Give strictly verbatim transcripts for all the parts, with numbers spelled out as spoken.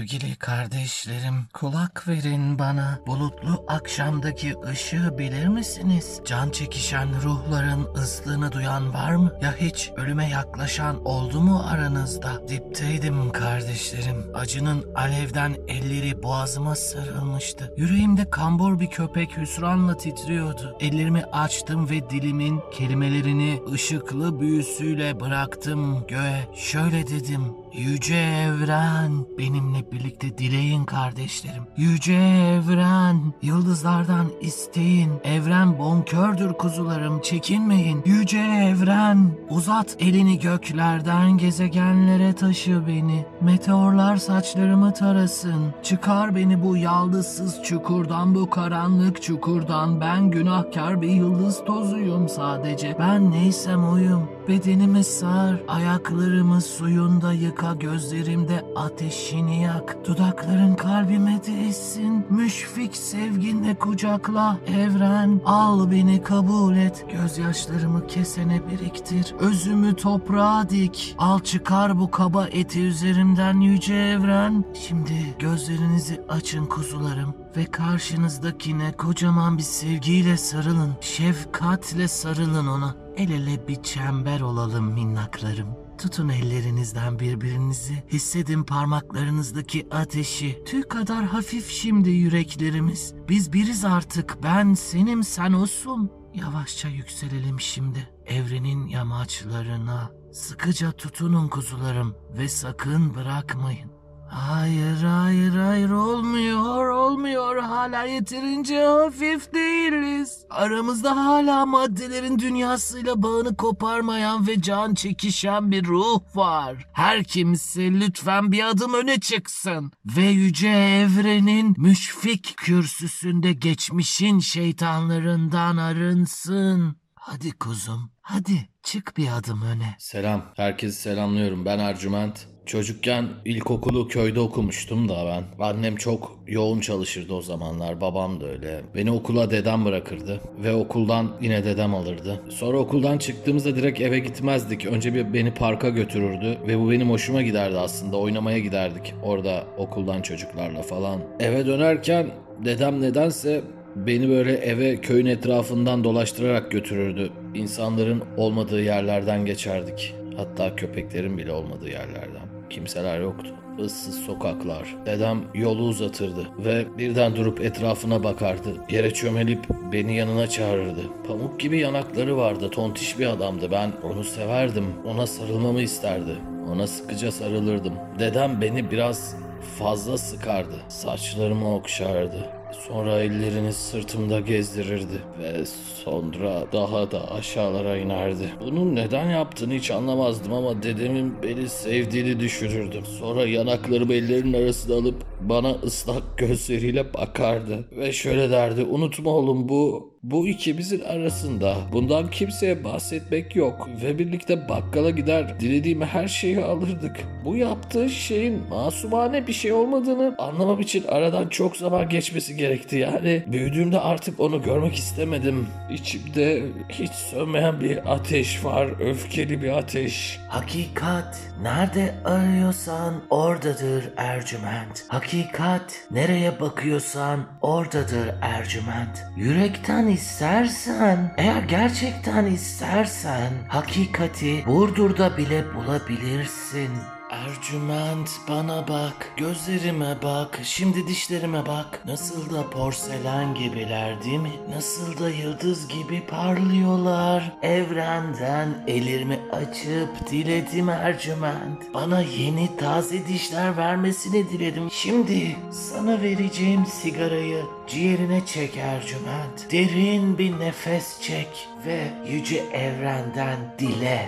Sevgili kardeşlerim, kulak verin bana. Bulutlu akşamdaki ışığı bilir misiniz? Can çekişen ruhların ıslığını duyan var mı? Ya hiç ölüme yaklaşan oldu mu aranızda? Dipteydim kardeşlerim. Acının alevden elleri boğazıma sarılmıştı. Yüreğimde kambur bir köpek hüsranla titriyordu. Ellerimi açtım ve dilimin kelimelerini ışıklı büyüsüyle bıraktım göğe. Şöyle dedim: Yüce Evren, benimle birlikte dileyin kardeşlerim. Yüce Evren, yıldızlardan isteyin. Evren bonkördür kuzularım, çekinmeyin. Yüce Evren, uzat elini göklerden gezegenlere taşı beni. Meteorlar saçlarımı tarasın. Çıkar beni bu yaldızsız çukurdan, bu karanlık çukurdan. Ben günahkar bir yıldız tozuyum sadece. Ben neysem oyum. Bedenimi sar, ayaklarımı suyunda yıka, gözlerimde ateşini yak. Dudakların kalbime değsin, müşfik sevginle kucakla. Evren, al beni kabul et. Gözyaşlarımı kesene biriktir. Özümü toprağa dik. Al çıkar bu kaba eti üzerimden Yüce Evren. Şimdi gözlerinizi açın kuzularım ve karşınızdakine kocaman bir sevgiyle sarılın. Şefkatle sarılın ona. El ele bir çember olalım minnaklarım. Tutun ellerinizden birbirinizi. Hissedin parmaklarınızdaki ateşi. Tüy kadar hafif şimdi yüreklerimiz. Biz biriz artık. Ben senim, sen osun. Yavaşça yükselelim şimdi. Evrenin yamaçlarına. Sıkıca tutunun kuzularım ve sakın bırakmayın. Hayır, hayır, hayır, olmuyor, olmuyor. Hala yeterince hafif değiliz. Aramızda hala maddelerin dünyasıyla bağını koparmayan ve can çekişen bir ruh var. Her kimse lütfen bir adım öne çıksın ve yüce evrenin müşfik kürsüsünde geçmişin şeytanlarından arınsın. Hadi kuzum, hadi çık bir adım öne. Selam, herkesi selamlıyorum. Ben Ercüment. Çocukken ilkokulu köyde okumuştum da ben. Annem çok yoğun çalışırdı o zamanlar, babam da öyle. Beni okula dedem bırakırdı ve okuldan yine dedem alırdı. Sonra okuldan çıktığımızda direkt eve gitmezdik. Önce bir beni parka götürürdü ve bu benim hoşuma giderdi aslında. Oynamaya giderdik orada okuldan çocuklarla falan. Eve dönerken dedem nedense beni böyle eve köyün etrafından dolaştırarak götürürdü. İnsanların olmadığı yerlerden geçerdik. Hatta köpeklerin bile olmadığı yerlerden. Kimseler yoktu. Issız sokaklar. Dedem yolu uzatırdı ve birden durup etrafına bakardı. Yere çömelip beni yanına çağırırdı. Pamuk gibi yanakları vardı. Tontiş bir adamdı. Ben onu severdim. Ona sarılmamı isterdi. Ona sıkıca sarılırdım. Dedem beni biraz fazla sıkardı. Saçlarımı okşardı. Sonra ellerini sırtımda gezdirirdi ve sonra daha da aşağılara inerdi. Bunu neden yaptığını hiç anlamazdım ama dedemin beni sevdiğini düşünürdüm. Sonra yanaklarımı ellerinin arasına alıp bana ıslak gözleriyle bakardı ve şöyle derdi: unutma oğlum, bu bu ikimizin arasında. Bundan kimseye bahsetmek yok ve birlikte bakkala gider dilediğim her şeyi alırdık. Bu yaptığı şeyin masumane bir şey olmadığını anlamam için aradan çok zaman geçmesi gerekti. Yani büyüdüğümde artık onu görmek istemedim. İçimde hiç sönmeyen bir ateş var, öfkeli bir ateş. Hakikat nerede arıyorsan oradadır Ercüment. Hakikat nereye bakıyorsan oradadır Ercüment. Yürekten istersen, eğer gerçekten istersen hakikati Burdur'da bile bulabilirsin. Ercüment, bana bak, gözlerime bak, şimdi dişlerime bak. Nasıl da porselen gibiler değil mi? Nasıl da yıldız gibi parlıyorlar. Evrenden ellerimi açıp diledim Ercüment. Bana yeni taze dişler vermesini diledim. Şimdi sana vereceğim sigarayı ciğerine çek Ercüment. Derin bir nefes çek ve yüce evrenden dile.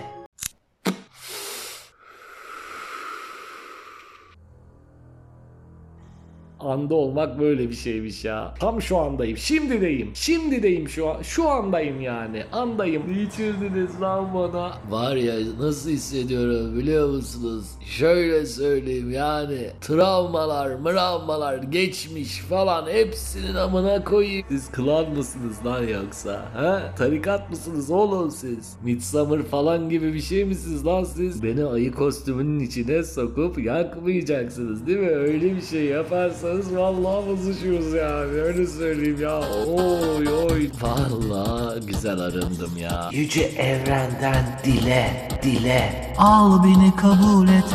anda olmak böyle bir şeymiş ya. Tam şu andayım. Şimdideyim. Şimdideyim şu an. Şu andayım yani. Andayım. Ne içirdiniz lan bana? Var ya nasıl hissediyorum biliyor musunuz? Şöyle söyleyeyim yani. Travmalar, mravmalar, geçmiş falan hepsinin amına koyayım. Siz klan mısınız lan yoksa? Ha? Tarikat mısınız oğlum siz? Midsummer falan gibi bir şey misiniz lan siz? Beni ayı kostümünün içine sokup yakmayacaksınız değil mi? Öyle bir şey yaparsanız vallahi bozuşuruz yani. Öyle söyleyeyim ya. Oy oy. Vallahi güzel arındım ya. Yüce evrenden dile, dile. Al beni kabul et.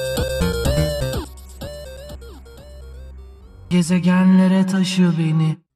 Gezegenlere taşı beni.